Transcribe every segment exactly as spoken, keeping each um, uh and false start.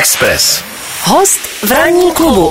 Express. Host v ranní klubu.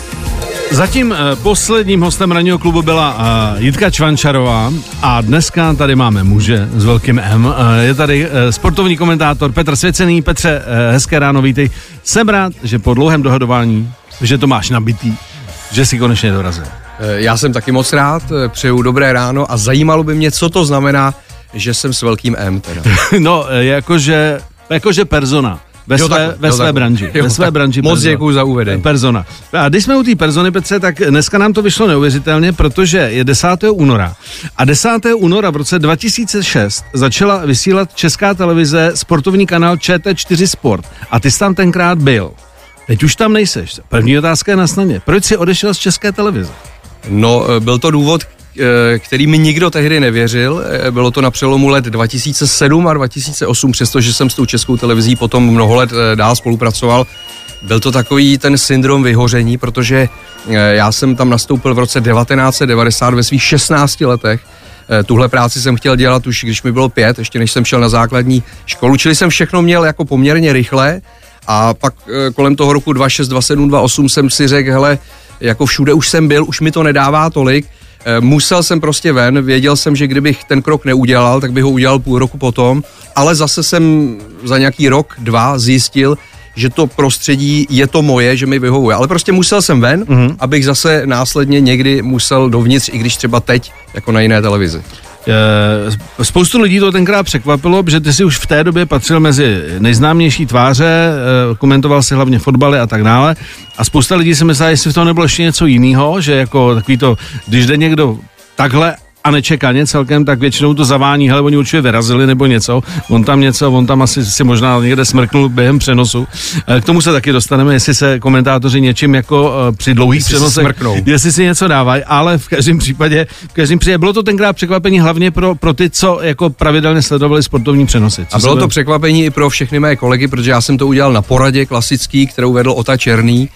Zatím eh, posledním hostem ranního klubu byla eh, Jitka Čvančarová a dneska tady máme muže s velkým M. Eh, je tady eh, sportovní komentátor Petr Svěcený. Petře, eh, hezké ráno, vítej. Jsem rád, že po dlouhém dohadování, že to máš nabitý, že si konečně dorazil. Já jsem taky moc rád, přeju dobré ráno a zajímalo by mě, co to znamená, že jsem s velkým M teda. No, jakože, jakože persona. Ve jo, své, takhle, ve jo, své takhle. branži. Jo, ve své branži moc persona. děkuju za uvedení. Persona. A když jsme u té persony, Petře, tak dneska nám to vyšlo neuvěřitelně, protože je desátého února. A desátého února v roce dva tisíce šest začala vysílat Česká televize sportovní kanál Č T čtyři Sport. A ty jsi tam tenkrát byl. Teď už tam nejseš. První otázka je na snadě. Proč jsi odešel z České televize? No, byl to důvod, který mi nikdo tehdy nevěřil. Bylo to na přelomu let dva tisíce sedm a dva tisíce osm, přestože jsem s tou Českou televizí potom mnoho let dál spolupracoval. Byl to takový ten syndrom vyhoření, protože já jsem tam nastoupil v roce devatenáct set devadesát ve svých šestnácti letech. Tuhle práci jsem chtěl dělat už, když mi bylo pět, ještě než jsem šel na základní školu, čili jsem všechno měl jako poměrně rychle a pak kolem toho roku dva šest, dva sedm, dva osm jsem si řekl, hele, jako všude už jsem byl, už mi to nedává tolik, musel jsem prostě ven, věděl jsem, že kdybych ten krok neudělal, tak bych ho udělal půl roku potom, ale zase jsem za nějaký rok, dva zjistil, že to prostředí je to moje, že mi vyhovuje, ale prostě musel jsem ven, mm-hmm. abych zase následně někdy musel dovnitř, i když třeba teď, jako na jiné televizi. Spoustu lidí to tenkrát překvapilo, že ty si už v té době patřil mezi nejznámější tváře, komentoval si hlavně fotbaly a tak dále a spousta lidí si myslela, jestli v tom nebylo ještě něco jiného, že jako takový to, když jde někdo takhle a nečekaně celkem, tak většinou to zavání, hele, oni určitě vyrazili nebo něco, on tam něco, on tam asi si možná někde smrknul během přenosu. K tomu se taky dostaneme, jestli se komentátoři něčím jako při dlouhých jestli přenosech, si jestli si něco dávají, ale v každém případě, v každém případě bylo to tenkrát překvapení hlavně pro, pro ty, co jako pravidelně sledovali sportovní přenosy. Co a bylo to byl... překvapení i pro všechny mé kolegy, protože já jsem to udělal na poradě klasický, kterou vedl Ota Černý.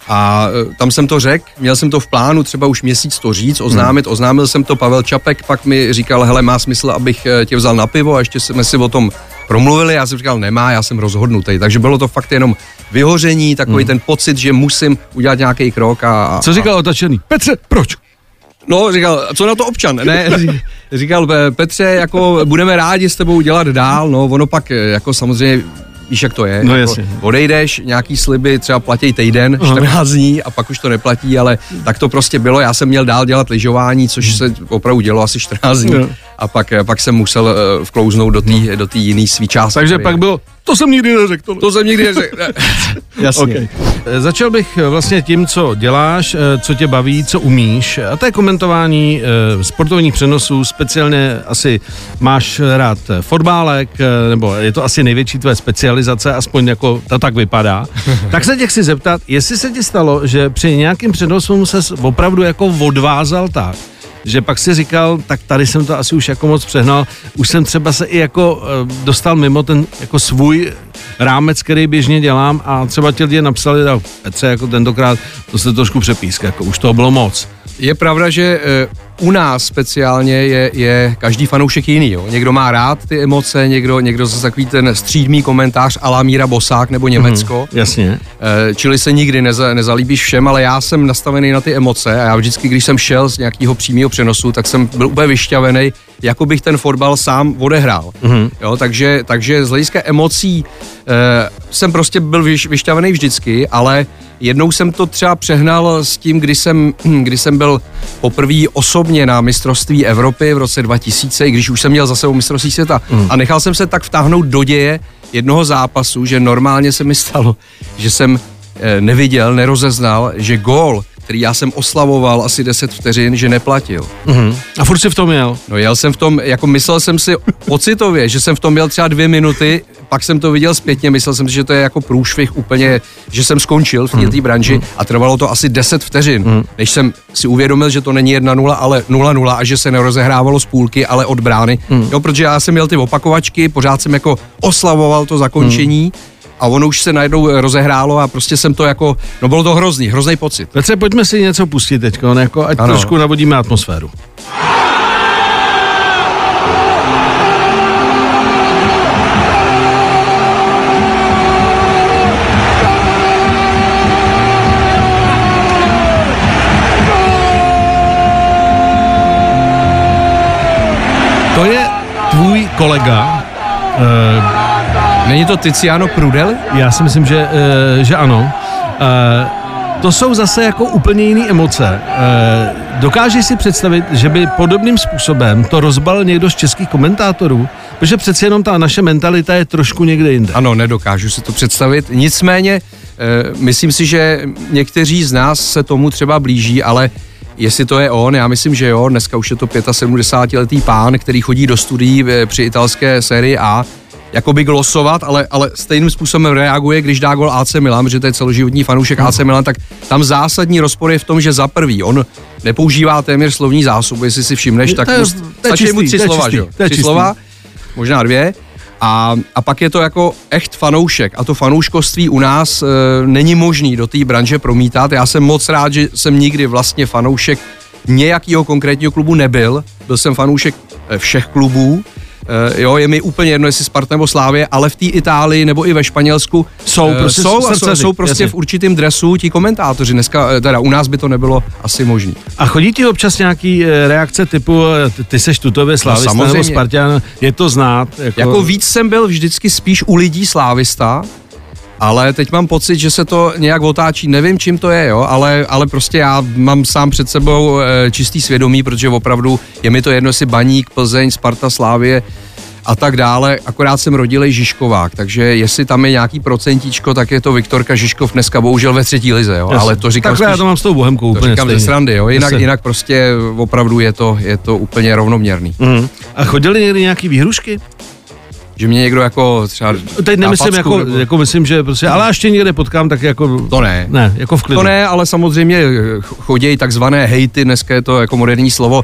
A tam jsem to řekl, měl jsem to v plánu třeba už měsíc to říct, oznámit, oznámil jsem to, Pavel Čapek pak mi říkal, hele, má smysl, abych tě vzal na pivo a ještě jsme si o tom promluvili, já jsem říkal, nemá, já jsem rozhodnutý, takže bylo to fakt jenom vyhoření, takový hmm. ten pocit, že musím udělat nějaký krok a... a Co říkal Ota Černý? Petře, proč? No, říkal, co na to občan? Ne, říkal, Petře, jako budeme rádi s tebou dělat dál, no, ono pak jako samozřejmě... Víš, jak to je, no, jako odejdeš, nějaký sliby třeba platí týden, čtrnáct dní a pak už to neplatí, ale tak to prostě bylo, já jsem měl dál dělat lyžování, což se opravdu dělo asi čtrnáct dní no. a pak, pak jsem musel uh, vklouznout do té no. do té jiné svý části. Takže pak bylo, to jsem nikdy neřekl. To, to jsem nikdy neřekl. Jasně. Okay. Začal bych vlastně tím, co děláš, co tě baví, co umíš, a to je komentování sportovních přenosů, speciálně asi máš rád fotbálek, nebo je to asi největší tvoje specializace, aspoň jako to tak vypadá. Tak se tě chci zeptat, jestli se ti stalo, že při nějakým přenosu ses opravdu jako odvázal tak, že pak si říkal, tak tady jsem to asi už jako moc přehnal, už jsem třeba se i jako dostal mimo ten jako svůj rámec, který běžně dělám a třeba ti lidi napsali, tak Petře, jako tentokrát to se trošku přepíska, jako už toho bylo moc. Je pravda, že u nás speciálně je, je každý fanoušek jiný, jo. Někdo má rád ty emoce, někdo, někdo zase takový ten střídmý komentář a la Míra Bosák nebo Německo. Mm, jasně. Čili se nikdy neza, nezalíbíš všem, ale já jsem nastavený na ty emoce a já vždycky, když jsem šel z nějakého přímého přenosu, tak jsem byl úplně vyšťavený, jako bych ten fotbal sám odehrál. Mm. Jo, takže, takže z hlediska emocí eh, jsem prostě byl vyš, vyšťavený vždycky, ale jednou jsem to třeba přehnal s tím, kdy jsem, kdy jsem byl poprvé osobně na mistrovství Evropy v roce dva tisíce, i když už jsem měl za sebou mistrovství světa. Mm. A nechal jsem se tak vtáhnout do děje jednoho zápasu, že normálně se mi stalo, že jsem eh, neviděl, nerozeznal, že gól, který já jsem oslavoval asi deset vteřin, že neplatil. Mm. A furt si v tom jel? No jel jsem v tom, jako myslel jsem si pocitově, že jsem v tom měl třeba dvě minuty, pak jsem to viděl zpětně, myslel jsem si, že to je jako průšvih úplně, že jsem skončil v té mm. branži mm. a trvalo to asi deset vteřin, mm. než jsem si uvědomil, že to není jedna nula, ale nula nula a že se nerozehrávalo z půlky, ale od brány. Mm. Jo, protože já jsem měl ty opakovačky, pořád jsem jako oslavoval to zakončení, mm. a ono už se najednou rozehrálo a prostě jsem to jako, no bylo to hrozný, hrozný pocit. Petře, pojďme si něco pustit teďko, jako ať ano. trošku navodíme atmosféru. kolega. Uh, Není to Tiziano Prudelli? Já si myslím, že, uh, že ano. Uh, to jsou zase jako úplně jiné emoce. Uh, dokážeš si představit, že by podobným způsobem to rozbalil někdo z českých komentátorů? Protože přeci jenom ta naše mentalita je trošku někde jinde. Ano, nedokážu si to představit. Nicméně, uh, myslím si, že někteří z nás se tomu třeba blíží, ale jestli to je on, já myslím, že jo, dneska už je to sedmdesátipětiletý pán, který chodí do studií při italské sérii A, jakoby glosovat, ale, ale stejným způsobem reaguje, když dá gol á cé Milan, že to je celoživotní fanoušek á cé Milan, tak tam zásadní rozpor je v tom, že za první, on nepoužívá téměř slovní zásobu, jestli si všimneš, tak to je, must, to je stačí čistý, mu tři to je slova, čistý, že jo? To je Tři čistý. slova, možná dvě. A, a pak je to jako echt fanoušek a to fanouškovství u nás e, není možný do té branže promítat. Já jsem moc rád, že jsem nikdy vlastně fanoušek nějakého konkrétního klubu nebyl. Byl jsem fanoušek všech klubů. E, jo, je mi úplně jedno, jestli Sparta nebo Slávie, ale v té Itálii nebo i ve Španělsku jsou, e, prostě jsou, srdcaři, jsou, jsou prostě jasně. v určitém dresu ti komentátoři. Dneska, teda u nás by to nebylo asi možný. A chodí ti občas nějaký reakce typu ty, ty seš tutově slávista No, nebo Spartan, je to znát? Jako... jako víc jsem byl vždycky spíš u lidí slávista, ale teď mám pocit, že se to nějak otáčí, nevím, čím to je, jo, ale, ale prostě já mám sám před sebou e, čistý svědomí, protože opravdu je mi to jedno, si Baník, Plzeň, Sparta, Slávie a tak dále, akorát jsem rodilej Žižkovák, takže jestli tam je nějaký procentíčko, tak je to Viktorka Žižkov dneska bohužel ve třetí lize, jo, ale to říkám takhle spíš, já to mám s tou Bohemkou to úplně říkám stejně. ze srandy, jo, jinak, Jasně. jinak prostě opravdu je to, je to úplně rovnoměrný. Mm. A chodili někdy nějaký výhrušky? Že mě někdo jako třeba Teď nemyslím, facku, jako, nebo... jako myslím, že prostě, ale až tě někde potkám, tak jako... To ne. Ne, jako v klidu. To ne, ale samozřejmě chodějí takzvané hejty, dneska je to jako moderní slovo,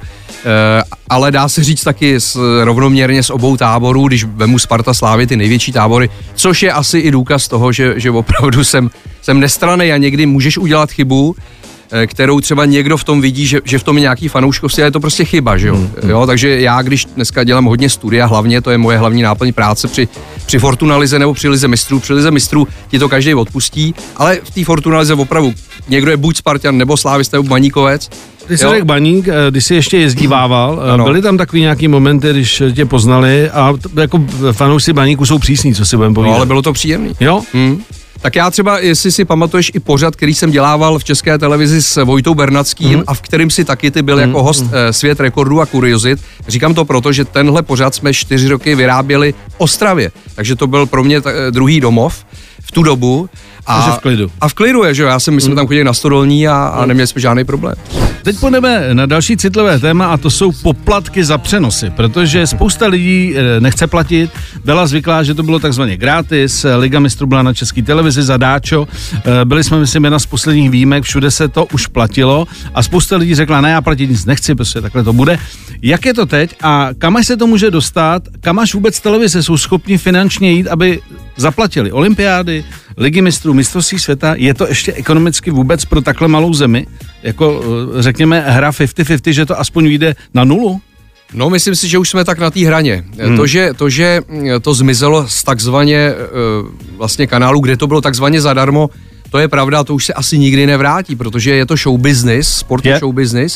ale dá se říct taky s, rovnoměrně z obou táborů, když vemu Sparta, Slávy, ty největší tábory, což je asi i důkaz toho, že, že opravdu jsem, jsem nestranný a někdy můžeš udělat chybu, kterou třeba někdo v tom vidí, že, že v tom je nějaký fanouškovství, ale je to prostě chyba, že jo? Hmm. jo? Takže já, když dneska dělám hodně studia, hlavně, to je moje hlavní náplň práce při, při Fortuna lize nebo při lize mistrů, při lize mistrů ti to každý odpustí, ale v té Fortuna lize opravdu někdo je buď Spartan, nebo Slávista, nebo Baníkovec. Ty jsi řekl Baník, když jsi ještě jezdívával, ano. Byly tam takový nějaký momenty, když tě poznali a t- jako fanoušci Baníku jsou přísní, co si budeme povídat. No, ale bylo to příjemný. Jo? Hmm. Tak já třeba, jestli si pamatuješ i pořad, který jsem dělával v České televizi s Vojtou Bernackým mm. a v kterým si taky ty byl mm. jako host mm. Svět rekordů a kuriozit. Říkám to proto, že tenhle pořad jsme čtyři roky vyráběli v Ostravě, takže to byl pro mě t- druhý domov v tu dobu. A, takže v klidu. A v klidu je, že jo, já jsem, my jsme mm. tam chodili na Stodolní a, a neměli jsme žádný problém. Teď půjdeme na další citlivé téma a to jsou poplatky za přenosy, protože spousta lidí nechce platit, byla zvyklá, že to bylo takzvaně gratis, Liga mistrů byla na České televizi za dáčo, byli jsme, myslím, jedna z posledních výjimek, všude se to už platilo a spousta lidí řekla, ne, já platit nic nechci, prostě takhle to bude. Jak je to teď a kam až se to může dostat, kam až vůbec televize jsou schopni finančně jít, aby zaplatili olympiády, Ligy mistrů, mistrovství světa, je to ještě ekonomicky vůbec pro takhle malou zemi, jako řekněme hra padesát padesát, že to aspoň vyjde na nulu? No, myslím si, že už jsme tak na té hraně. Hmm. To, že, to, že to zmizelo z takzvaně vlastně kanálu, kde to bylo takzvaně zadarmo, to je pravda, to už se asi nikdy nevrátí, protože je to show business, sport je show business.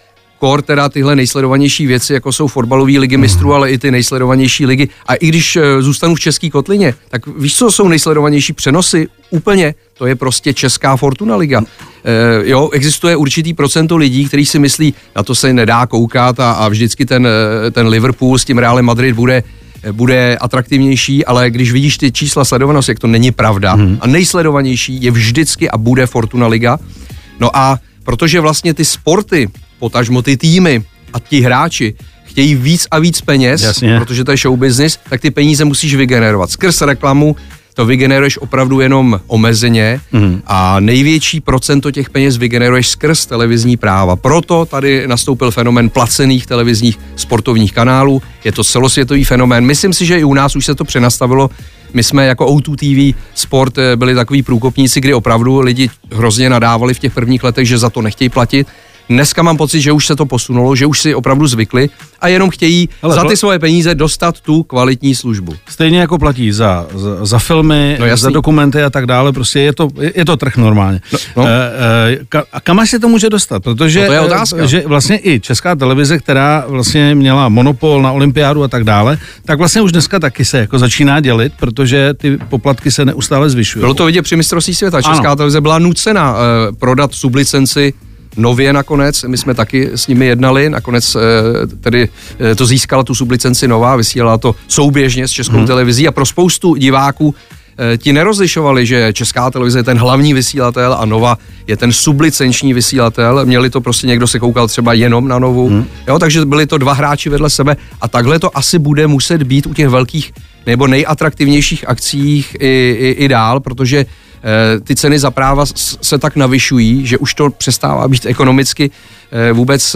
Kor teda tyhle nejsledovanější věci, jako jsou fotbalové ligy mistrů, mm. ale i ty nejsledovanější ligy. A i když e, zůstanu v České kotlině, tak víš, co jsou nejsledovanější přenosy? Úplně, to je prostě Česká Fortuna liga. E, jo, existuje určitý procento lidí, kteří si myslí, na to se nedá koukat a, a vždycky ten, ten Liverpool s tím Realem Madrid bude bude atraktivnější, ale když vidíš ty čísla sledovanosti, jak to není pravda, mm. a nejsledovanější je vždycky a bude Fortuna liga. No a protože vlastně ty sporty, potažmo ty týmy a ti hráči chtějí víc a víc peněz, jasně, protože to je show business, tak ty peníze musíš vygenerovat. Skrz reklamu to vygeneruješ opravdu jenom omezeně mm. a největší procento těch peněz vygeneruješ skrz televizní práva. Proto tady nastoupil fenomén placených televizních sportovních kanálů. Je to celosvětový fenomén. Myslím si, že i u nás už se to přenastavilo. My jsme jako O dva T V Sport byli takový průkopníci, kdy opravdu lidi hrozně nadávali v těch prvních letech, že za to nechtějí platit. Dneska mám pocit, že už se to posunulo, že už si opravdu zvykli a jenom chtějí ale za ty svoje peníze dostat tu kvalitní službu. Stejně jako platí za, za, za filmy, no za dokumenty a tak dále, prostě je to, je to trh normálně. No, no. E, e, a kam až se to může dostat? Protože no to je otázka. Že vlastně i Česká televize, která vlastně měla monopol na olympiádu a tak dále, tak vlastně už dneska taky se jako začíná dělit, protože ty poplatky se neustále zvyšují. Bylo to vidět při mistrovství světa. Česká ano. televize byla nucena e, prodat sublicenci Nově nakonec, my jsme taky s nimi jednali, nakonec tedy to získala tu sublicenci Nova, vysílala to souběžně s Českou hmm. televizí a pro spoustu diváků ti nerozlišovali, že Česká televize je ten hlavní vysílatel a Nova je ten sublicenční vysílatel, měli to prostě, někdo se koukal třeba jenom na Novu, hmm. jo, takže byli to dva hráči vedle sebe a takhle to asi bude muset být u těch velkých nebo nejatraktivnějších akcích i, i, i dál, protože ty ceny za práva se tak navyšují, že už to přestává být ekonomicky vůbec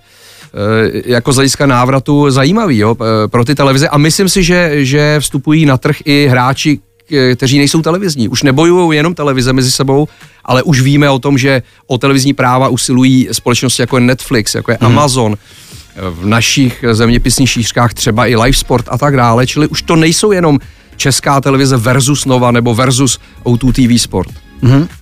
jako z hlediska návratu zajímavý, jo, pro ty televize a myslím si, že, že vstupují na trh i hráči, kteří nejsou televizní. Už nebojují jenom televize mezi sebou, ale už víme o tom, že o televizní práva usilují společnosti jako je Netflix, jako je hmm. Amazon, v našich zeměpisných šířkách třeba i Livesport a tak dále, čili už to nejsou jenom Česká televize versus Nova nebo versus O dva T V Sport. Mm-hmm. Uh,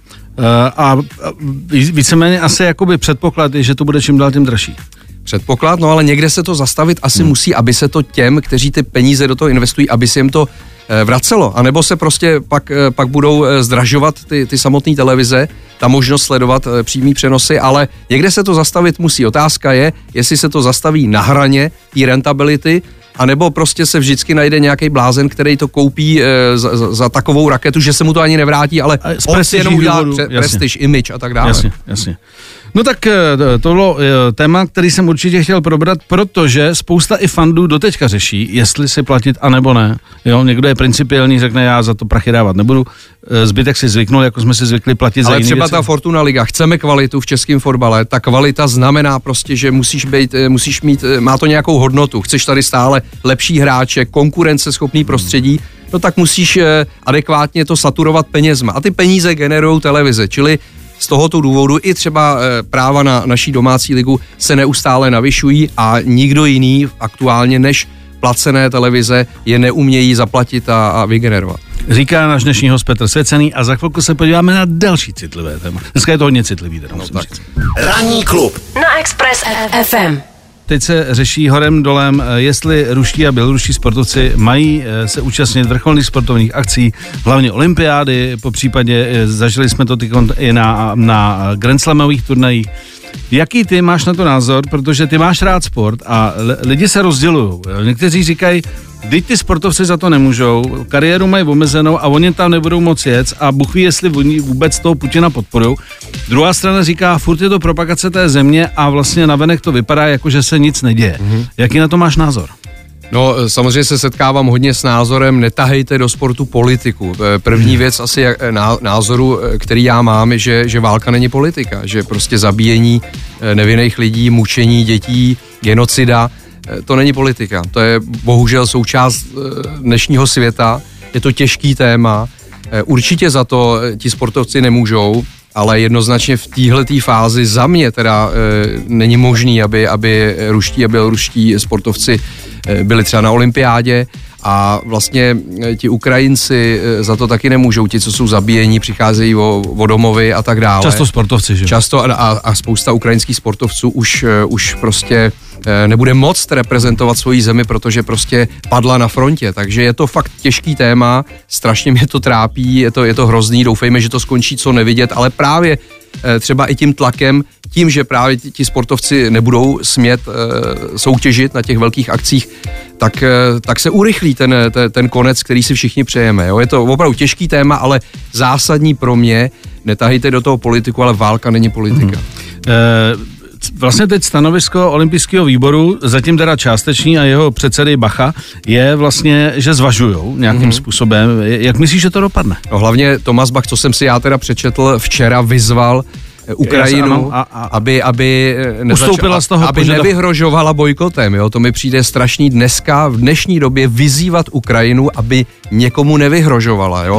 a víceméně asi jakoby předpoklad je, že to bude čím dál tím dražší. Předpoklad, no ale někde se to zastavit asi hmm. musí, aby se to těm, kteří ty peníze do toho investují, aby se jim to eh, vracelo. A nebo se prostě pak, eh, pak budou eh, zdražovat ty, ty samotné televize, ta možnost sledovat eh, přímý přenosy, ale někde se to zastavit musí. Otázka je, jestli se to zastaví na hraně té rentability, a nebo prostě se vždycky najde nějaký blázen, který to koupí e, za, za, za takovou raketu, že se mu to ani nevrátí, ale on si jenom udělá prestiž, image a tak dále. Jasně, jasně. No tak to bylo téma, který jsem určitě chtěl probrat, protože spousta i fandů doteďka řeší, jestli si platit a nebo ne. Jo, někdo je principiální, řekne, já za to prachy dávat nebudu. Zbytek si zvyknul, jako jsme si zvykli platit ale za jiný třeba věci. Ta Fortuna Liga, chceme kvalitu v českém fotbale, ta kvalita znamená prostě, že musíš být, musíš mít, má to nějakou hodnotu, chceš tady stále lepší hráče, konkurenceschopný prostředí, no tak musíš adekvátně to saturovat penězma. A ty peníze generují televize, čili z tohoto důvodu i třeba práva na naší domácí ligu se neustále navyšují a nikdo jiný aktuálně než placené televize je neumějí zaplatit a, a vygenerovat. Říká náš dnešní host Petr Svěcený a za chvilku se podíváme na další citlivé téma. Dneska je to hodně citlivý. Teda, no, tak. Ranní klub na Express F M. Teď se řeší horem dolem, jestli ruští a běloruští sportovci mají se účastnit vrcholných sportovních akcí, hlavně olympiády, po případě zažili jsme to i na, na Grand Slamových turnajích. Jaký ty máš na to názor, protože ty máš rád sport a lidi se rozdělují. Někteří říkají, vždyť ty sportovci za to nemůžou, kariéru mají omezenou a oni tam nebudou moc jet a Bůh ví, jestli oni vůbec toho Putina podporujou. Druhá strana říká, furt je to propagace té země a vlastně navenek to vypadá jako, že se nic neděje. Mm-hmm. Jaký na to máš názor? No, samozřejmě se setkávám hodně s názorem, netahejte do sportu politiku. První věc asi názoru, který já mám, je, že, že válka není politika, že prostě zabíjení nevinných lidí, mučení dětí, genocida, to není politika. To je bohužel součást dnešního světa, je to těžký téma, určitě za to ti sportovci nemůžou, ale jednoznačně v téhletý fázi za mě teda e, není možný, aby, aby ruští a běloruští sportovci e, byli třeba na olympiádě a vlastně e, ti Ukrajinci e, za to taky nemůžou, ti, co jsou zabíjení, přicházejí o, o domovy a tak dále. Často sportovci, že? Často a, a spousta ukrajinských sportovců už, e, už prostě e, nebude moct reprezentovat svoji zemi, protože prostě padla na frontě, takže je to fakt těžký téma, strašně mě to trápí, je to, je to hrozný, doufejme, že to skončí co nevidět, ale právě e, třeba i tím tlakem, tím, že právě ti, ti sportovci nebudou smět e, soutěžit na těch velkých akcích, tak, e, tak se urychlí ten, ten, ten konec, který si všichni přejeme. Jo? Je to opravdu těžký téma, ale zásadní pro mě, netahejte do toho politiku, ale válka není politika. Mm-hmm. E- Vlastně teď stanovisko olympijského výboru, zatím teda částečný a jeho předsedy Bacha, je vlastně, že zvažujou nějakým mm-hmm. způsobem. Jak myslíš, že to dopadne? No, hlavně Tomáš Bach, co jsem si já teda přečetl, včera vyzval Ukrajinu, a, a, aby, aby, ustoupila z toho aby požadav... nevyhrožovala bojkotem. Jo? To mi přijde strašný dneska, v dnešní době vyzývat Ukrajinu, aby někomu nevyhrožovala. Jo? Hmm.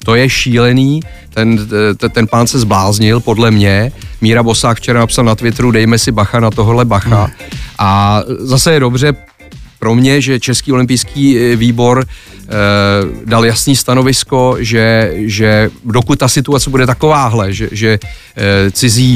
To je šílený, ten, ten, ten pán se zbláznil, podle mě. Míra Bosák včera napsal na Twitteru, dejme si bacha na tohle bacha. Hmm. A zase je dobře pro mě, že Český olympijský výbor eh, dal jasný stanovisko, že, že dokud ta situace bude takováhle, že, že eh, cizí,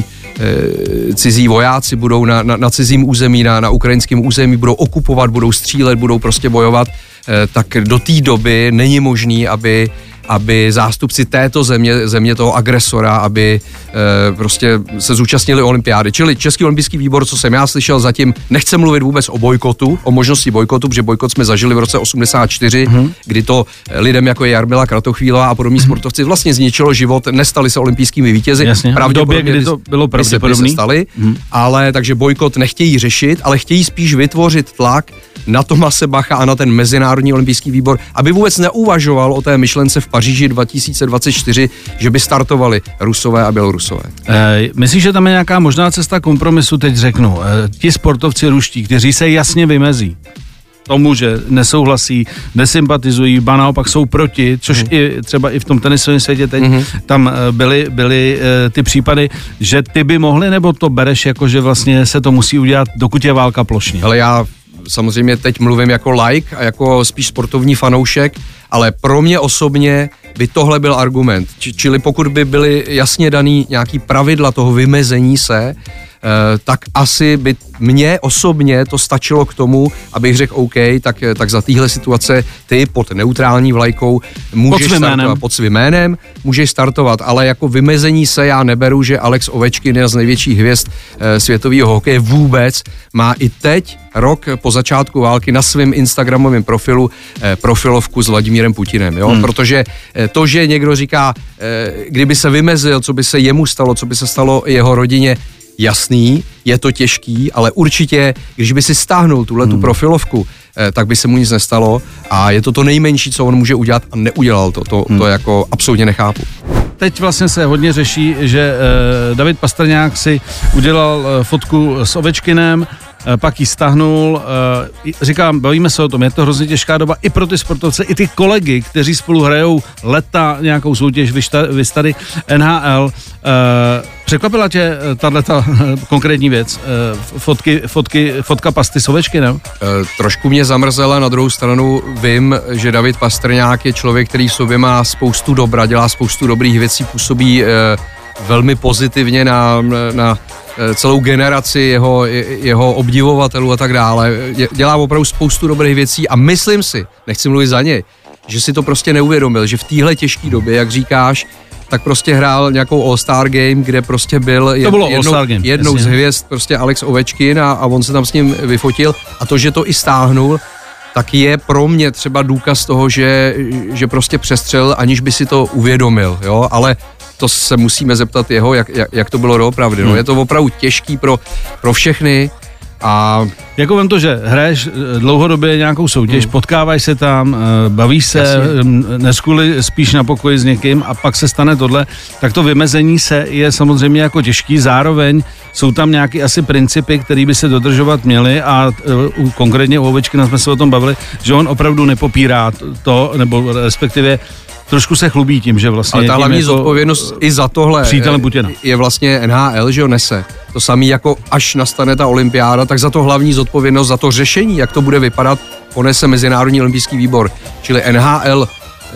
eh, cizí vojáci budou na, na, na cizím území, na, na ukrajinském území, budou okupovat, budou střílet, budou prostě bojovat, eh, tak do té doby není možný, aby aby zástupci této země, země toho agresora, aby e, prostě se zúčastnili olympiády. Čili Český olympijský výbor, co jsem já slyšel, zatím nechce mluvit vůbec o bojkotu, o možnosti bojkotu, protože bojkot jsme zažili v roce osmdesát čtyři, hmm. kdy to lidem jako je Jarmila Kratochvílová a podobní hmm. sportovci vlastně zničilo život, nestali se olympijskými vítězi. Jasně, v době, kdy to bylo pravděpodobné. Stali, hmm. ale takže bojkot nechtějí řešit, ale chtějí spíš vytvořit tlak na Tomase Bacha a na ten Mezinárodní olympijský výbor, aby vůbec neuvažoval o té myšlence v Paříži dva tisíce dvacet čtyři, že by startovali Rusové a Bělorusové. E, myslíš, že tam je nějaká možná cesta kompromisu, teď řeknu. E, ti sportovci ruští, kteří se jasně vymezí tomu, že nesouhlasí, nesympatizují, ba naopak jsou proti, což mm. i třeba i v tom tenisovém světě teď mm. tam byly, byly e, ty případy, že ty by mohli, nebo to bereš jako, že vlastně se to musí udělat, dokud je válka plošně? Ale já samozřejmě teď mluvím jako like a jako spíš sportovní fanoušek, ale pro mě osobně by tohle byl argument. Č- čili pokud by byly jasně daný nějaký pravidla toho vymezení se, eh, tak asi by mně osobně to stačilo k tomu, abych řekl OK, tak, tak za téhle situace ty pod neutrální vlajkou můžeš pod startovat. Pod svým jménem můžeš startovat, ale jako vymezení se já neberu, že Alex Ovečkin, jedna z největších hvězd eh, světového hokeje vůbec, má i teď rok po začátku války na svém instagramovém profilu eh, profilovku s Vladimírem Putinem, jo? Hmm. Protože eh, to, že někdo říká, eh, kdyby se vymezil, co by se jemu stalo, co by se stalo jeho rodině, jasný, je to těžký, ale určitě, když by si stáhnul tuhle tu hmm. profilovku, eh, tak by se mu nic nestalo a je to to nejmenší, co on může udělat a neudělal to, to, hmm. to jako absolutně nechápu. Teď vlastně se hodně řeší, že eh, David Pastrňák si udělal eh, fotku s Ovečkinem, pak ji stáhnul, říkám, bavíme se o tom, je to hrozně těžká doba i pro ty sportovce, i ty kolegy, kteří spolu hrajou leta nějakou soutěž, vy tady N H L. Překvapila tě tato konkrétní věc, fotky, fotky, fotka Pasty s Ovečkinem? Trošku mě zamrzela, na druhou stranu vím, že David Pastrňák je člověk, který v sobě má spoustu dobra, dělá spoustu dobrých věcí, působí velmi pozitivně na, na celou generaci jeho, jeho obdivovatelů a tak dále. Dělá opravdu spoustu dobrých věcí a myslím si, nechci mluvit za něj, že si to prostě neuvědomil, že v téhle těžké době, jak říkáš, tak prostě hrál nějakou All-Star Game, kde prostě byl jed, jednou, game, jednou z hvězd prostě Alex Ovečkin a, a on se tam s ním vyfotil a to, že to i stáhnul, tak je pro mě třeba důkaz toho, že, že prostě přestřel, aniž by si to uvědomil, jo, ale to se musíme zeptat jeho, jak, jak, jak to bylo doopravdy. No, je to opravdu těžký pro, pro všechny a... Jako vem to, že hraješ dlouhodobě nějakou soutěž, hmm. potkávají se tam, bavíš se, neskuli spíš na pokoji s někým a pak se stane tohle, tak to vymezení se je samozřejmě jako těžký, zároveň jsou tam nějaké asi principy, které by se dodržovat měly a uh, konkrétně u Ovečkina jsme se o tom bavili, že on opravdu nepopírá to, nebo respektive trošku se chlubí tím, že vlastně... Ale ta hlavní jako zodpovědnost i za tohle přítelem Putina je vlastně N H L, že ho nese. To samé jako až nastane ta olympiáda, tak za to hlavní zodpovědnost, za to řešení, jak to bude vypadat, ponese Mezinárodní olympijský výbor. Čili N H L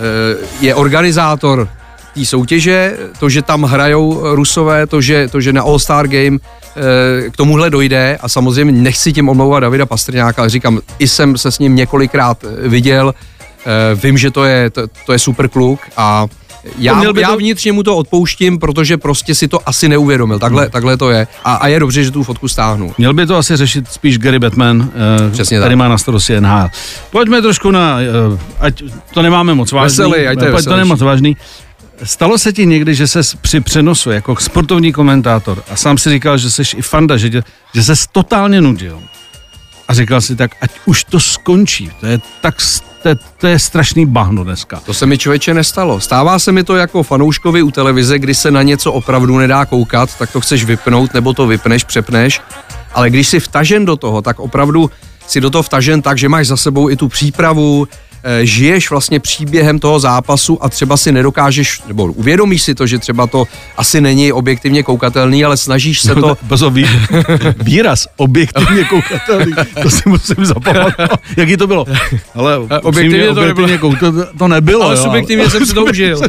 e, je organizátor té soutěže, to, že tam hrajou Rusové, to, že, to, že na All-Star Game e, k tomuhle dojde a samozřejmě nechci tím omlouvat Davida Pastrňáka, ale říkám, i jsem se s ním několikrát viděl, e, vím, že to je, to, to je super kluk a já, já to... vnitřně mu to odpouštím, protože prostě si to asi neuvědomil. Takhle, hmm. takhle to je. A, a je dobře, že tu fotku stáhnu. Měl by to asi řešit spíš Gary Bettman, eh, který tak má na starosti N H L. Pojďme trošku na, eh, ať to nemáme moc vážný. Veselý, ať to je to nemoc vážný. Stalo se ti někdy, že ses při přenosu jako sportovní komentátor a sám si říkal, že seš i fanda, že, tě, že ses totálně nudil a říkal si tak, ať už to skončí. To je tak To je, to je strašný bahno dneska. To se mi, člověče, nestalo. Stává se mi to jako fanouškovi u televize, kdy se na něco opravdu nedá koukat, tak to chceš vypnout, nebo to vypneš, přepneš, ale když jsi vtažen do toho, tak opravdu si do toho vtažen tak, že máš za sebou i tu přípravu, e, žiješ vlastně příběhem toho zápasu a třeba si nedokážeš, nebo uvědomíš si to, že třeba to asi není objektivně koukatelný, ale snažíš se to... Pozor, vý, výraz objektivně koukatelný, to si musím zapamatovat. Jaký to bylo? Ale objektivně to objektivně nebylo. Kou, to, to nebylo. Ale jo, subjektivně ale, jsem si to užil.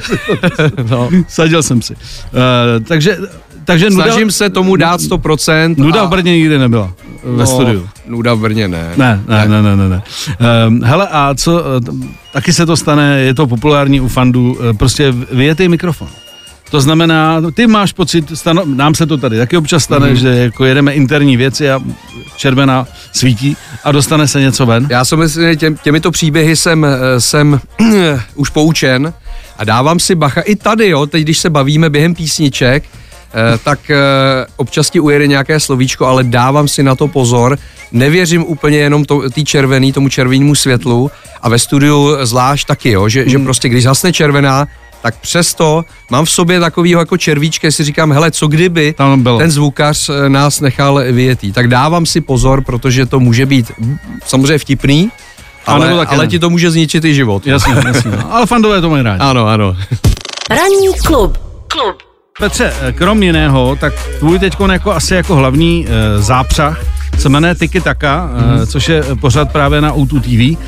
no. Sadil jsem si. Uh, takže... Takže nuda, Snažím se tomu dát sto procent. Nuda a... v Brně nikdy nebyla ve no, studiu. Nuda v Brně ne. Ne, ne, ne, ne, ne. ne. Um, hele, a co, taky se to stane, je to populární u fandů, prostě vyjetý mikrofon. To znamená, ty máš pocit, stano, nám se to tady taky občas stane, mm-hmm. že jako jedeme interní věci a červená svítí a dostane se něco ven. Já jsem myslím, že tě, těmito příběhy jsem, jsem už poučen a dávám si bacha i tady, jo, teď když se bavíme během písniček, Eh, tak eh, občas ti ujede nějaké slovíčko, ale dávám si na to pozor. Nevěřím úplně jenom to, tý červený, tomu červenému světlu a ve studiu zvlášť taky, jo, že, mm. že prostě když hasne červená, tak přesto mám v sobě takovýho jako červíčka, si říkám, hele, co kdyby ten zvukař nás nechal vyjetý. Tak dávám si pozor, protože to může být samozřejmě vtipný, ale, ale ti to může zničit i život. Jasně, jasně. Ale fandové to mají rádi. Ano, ano. Ranní klub. Klub. Petře, krom jiného, tak tvůj teďkon jako asi jako hlavní e, zápřah se jmenuje Tiki Taka, e, což je pořad právě na O dva T V, e,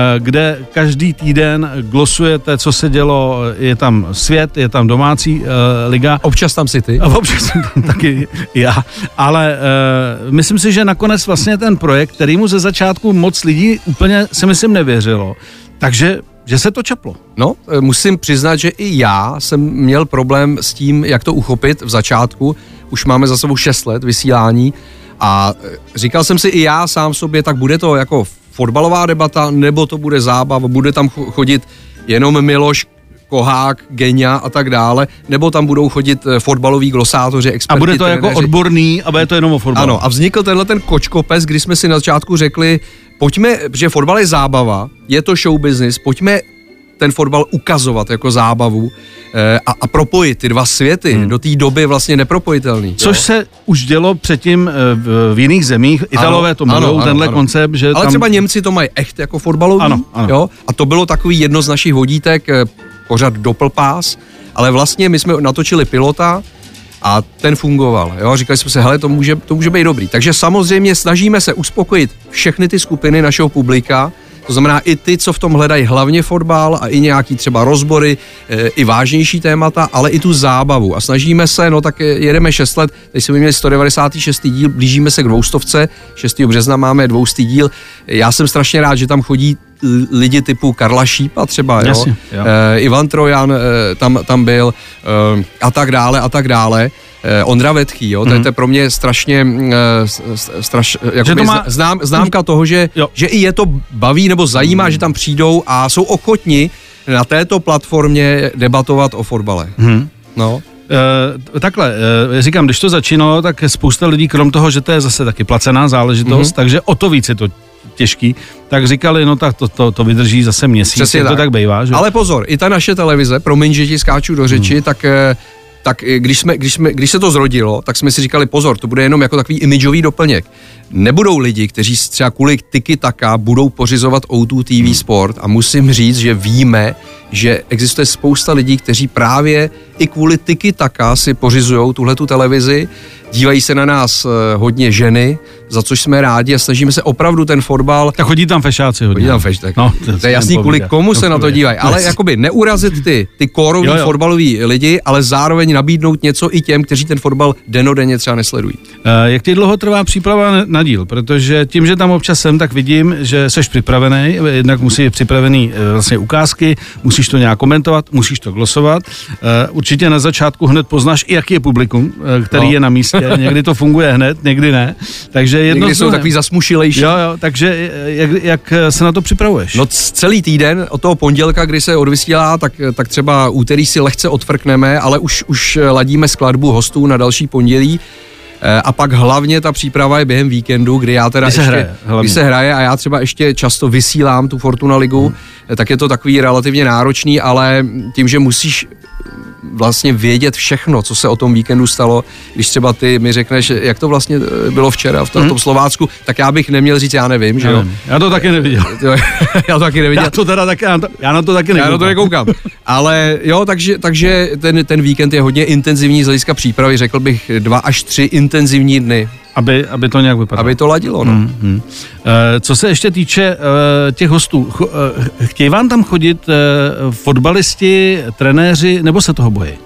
kde každý týden glosujete, co se dělo, je tam svět, je tam domácí e, liga. Občas tam si ty. A občas jsem tam taky já, ale e, myslím si, že nakonec vlastně ten projekt, kterýmu ze začátku moc lidí úplně si myslím nevěřilo, takže že se to čaplo. No, musím přiznat, že i já jsem měl problém s tím, jak to uchopit v začátku. Už máme za sebou šest let vysílání a říkal jsem si i já sám sobě, tak bude to jako fotbalová debata, nebo to bude zábava, bude tam chodit jenom Miloš, Kohák, Geňa a tak dále, nebo tam budou chodit fotbaloví glosátoři, experti. A bude to trenéři. Jako odborný a bude to jenom o fotbalu. Ano, a vznikl tenhle ten kočkopes, kdy jsme si na začátku řekli, pojďme, že fotbal je zábava, je to show business, pojďme ten fotbal ukazovat jako zábavu eh, a, a propojit ty dva světy, hmm. do té doby vlastně nepropojitelný. Což jo? Se už dělo předtím v, v jiných zemích, Italové to milou, tenhle ano. koncept, že ale tam... třeba Němci to mají echt jako fotbalový, ano, ano. Jo? A to bylo takový jedno z našich vodítek, eh, pořad Doppelpass, ale vlastně my jsme natočili pilota a ten fungoval. Jo? Říkali jsme se, hele, to může, to může být dobrý. Takže samozřejmě snažíme se uspokojit všechny ty skupiny našeho publika, to znamená i ty, co v tom hledají hlavně fotbal a i nějaký třeba rozbory, e, i vážnější témata, ale i tu zábavu. A snažíme se, no tak jedeme šest let, teď jsme měli sto devadesátý šestý díl, blížíme se k dvoustovce, šestého března máme dvoustý díl. Já jsem strašně rád, že tam chodí lidi typu Karla Šípa třeba, jo? Jasně, jo. E, Ivan Trojan e, tam, tam byl e, a tak dále a tak dále. Ondra Vetchý, jo, mm. to je pro mě strašně straš, jakoby má... znám, známka toho, že, že i je to baví nebo zajímá, mm. že tam přijdou a jsou ochotni na této platformě debatovat o fotbale. Mm. No. Uh, takhle, uh, říkám, když to začínalo, tak spousta lidí, krom toho, že to je zase taky placená záležitost, mm. takže o to víc je to těžký, tak říkali, no tak to, to, to vydrží zase měsíc, to tak bývá. Že? Ale pozor, i ta naše televize, promiň, že ti skáču do řeči, mm. tak tak když, jsme, když, jsme, když se to zrodilo, tak jsme si říkali, pozor, to bude jenom jako takový imidžový doplněk. Nebudou lidi, kteří třeba kvůli Tiki Taka budou pořizovat O dva T V hmm. Sport a musím říct, že víme, že existuje spousta lidí, kteří právě i kvůli Tiki Taka si pořizujou tuhletu televizi, dívají se na nás hodně ženy, za což jsme rádi a snažíme se opravdu ten fotbal... Tak chodí tam fešáci hodně. Chodí tam feš, tak. No, to, to je jasný, kvůli komu se na to dívají. Ale jakoby neurazit ty, ty kóroví fotbaloví lidi, ale zároveň nabídnout něco i těm, kteří ten fotbal denodenně třeba nesledují. Uh, jak ty dlouho trvá příprava na díl? Protože tím, že tam občas jsem, tak vidím, že seš připravený, jednak musí být připravený vlastně ukázky, musíš to nějak komentovat, musíš to glosovat. Uh, určitě na začátku hned poznáš, i jaký je publikum, který no. je na místě. Někdy to funguje hned, někdy ne. Takže jedno někdy jsou takový zasmušilejší. Jo, jo, takže jak, jak se na to připravuješ? No celý týden, od toho pondělka, kdy se odvysílá, tak, tak třeba úterý si lehce odfrkneme, ale už, už ladíme skladbu hostů na další pondělí. A pak hlavně ta příprava je během víkendu, kdy já teda kdy se ještě, hraje, kdy se hraje a já třeba ještě často vysílám tu Fortuna ligu, hmm. tak je to takový relativně náročný, ale tím, že musíš vlastně vědět všechno, co se o tom víkendu stalo. Když třeba ty mi řekneš, jak to vlastně bylo včera v tom, hmm. tom Slovácku, tak já bych neměl říct, já nevím, že jo. Já to taky neviděl. já to taky neviděl. Já to teda taky, já, to, já na to taky nekoukám. Já na to nekoukám. Ale jo, takže, takže ten, ten víkend je hodně intenzivní z hlediska přípravy, řekl bych dva až tři intenzivní dny. Aby, aby to nějak vypadalo. Aby to ladilo, no. Hmm, hmm. E, co se ještě týče e, těch hostů, Ch, e, chtějí vám tam chodit e, fotbalisti, trenéři, nebo se toho bojí?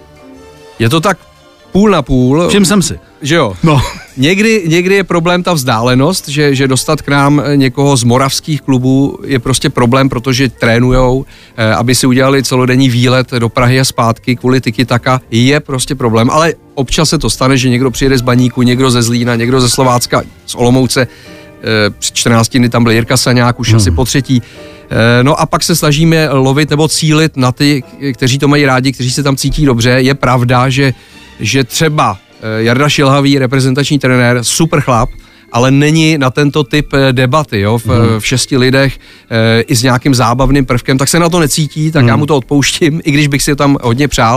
Je to tak půl na půl. Všim jsem si. Že jo? No. Někdy, někdy je problém ta vzdálenost, že, že dostat k nám někoho z moravských klubů je prostě problém, protože trénujou, eh, aby si udělali celodenní výlet do Prahy a zpátky kvůli tiki-taka, je prostě problém, ale občas se to stane, že někdo přijede z Baníku, někdo ze Zlína, někdo ze Slovácka, z Olomouce, eh, před čtrnácti dny tam byl Jirka Saňák, už hmm. asi po třetí. Eh, no a pak se snažíme lovit nebo cílit na ty, kteří to mají rádi, kteří se tam cítí dobře. Je pravda, že, že třeba Jarda Šilhavý, reprezentační trenér, super chlap, ale není na tento typ debaty, jo, v, hmm. v šesti lidech e, i s nějakým zábavným prvkem, tak se na to necítí, tak hmm. já mu to odpouštím, i když bych si to tam hodně přál,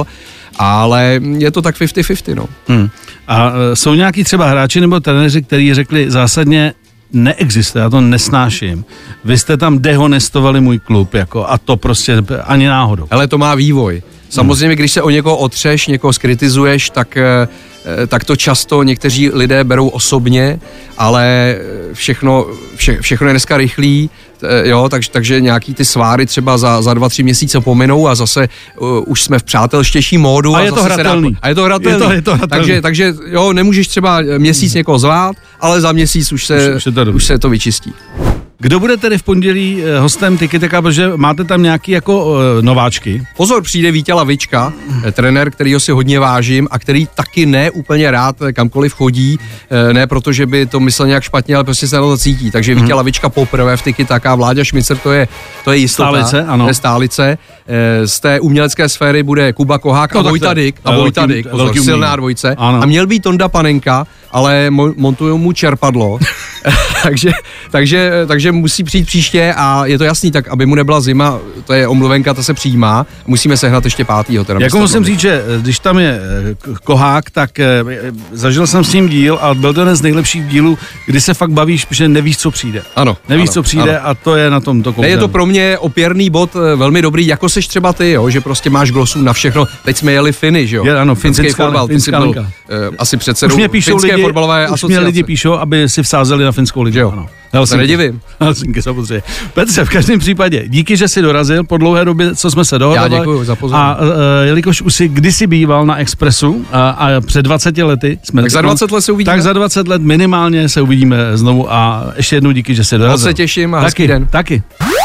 ale je to tak padesát padesát, no. Hmm. A e, jsou nějaký třeba hráči nebo trenéři, kteří řekli zásadně, neexistuje, já to nesnáším. Vy jste tam dehonestovali můj klub, jako, a to prostě ani náhodou. Ale to má vývoj. Samozřejmě, když se o někoho otřeš, někoho skritizuješ, tak, tak to často někteří lidé berou osobně, ale všechno, vše, všechno je dneska rychlý, jo, takže, takže nějaký ty sváry třeba za, za dva, tři měsíce pominou a zase uh, už jsme v přátelštější módu. A, a je to hratelný. Dá, a je to hratelný. Je to, je to hratelný. Takže, takže jo, nemůžeš třeba měsíc někoho zvát, ale za měsíc už se, už, už, to, už se to vyčistí. Kdo bude tedy v pondělí hostem Tiki-Taka, protože máte tam nějaký jako uh, nováčky? Pozor, přijde Vítě Lavička, trenér, kterýho si hodně vážím a který taky ne úplně rád kamkoliv chodí, ne protože by to myslel nějak špatně, ale prostě se na to cítí. Takže Vítě hmm. Lavička poprvé v Tiki-Taka, Vláďa Šmicer, to je, to je jistota. Stálice, ano. To je stálice. Z té umělecké sféry bude Kuba Kohák no, a Vojta Dyk. A Vojta Dyk, pozor, silná dvojice. Ano. A měl být Tonda Panenka, ale montujou mu čerpadlo. takže, takže, takže musí přijít příště a je to jasný, tak aby mu nebyla zima, to je omluvenka, ta se přijímá, musíme sehnat ještě pátýho. Teda jako musím říct, že když tam je Kohák, tak zažil jsem s ním díl a byl to jeden z nejlepších dílů, kdy se fakt bavíš, že nevíš, co přijde. Ano. Nevíš, ano, co přijde ano. A to je na tom to kouzem. Je to pro mě opěrný bod velmi dobrý, jako seš třeba ty, jo, že prostě máš glosů na všechno. Teď jsme jeli Finy, že jo? Je, ano, finský finská, fotbal, ty jsi byl uh, asi předsedou finské lidi, fotbalové už asociace. Už mě lidi píšou, aby si vsázeli na finskou ligu. Jo. Ano. Se nedivím. Helsinky, samozřejmě. Petře, v každém případě, díky, že jsi dorazil po dlouhé době, co jsme se dohodli. Já děkuji za pozornost. A uh, jelikož už jsi kdysi býval na Expressu a, a před dvaceti lety jsme... Tak za dvacet let se uvidíme. Tak za dvacet let minimálně se uvidíme znovu a ještě jednou díky, že jsi dorazil. Moc se těším a taky, hezký den. Taky.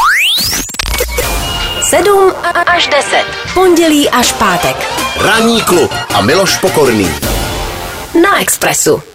sedm až deset. Pondělí až pátek. Ranní klub a Miloš Pokorný. Na Expressu.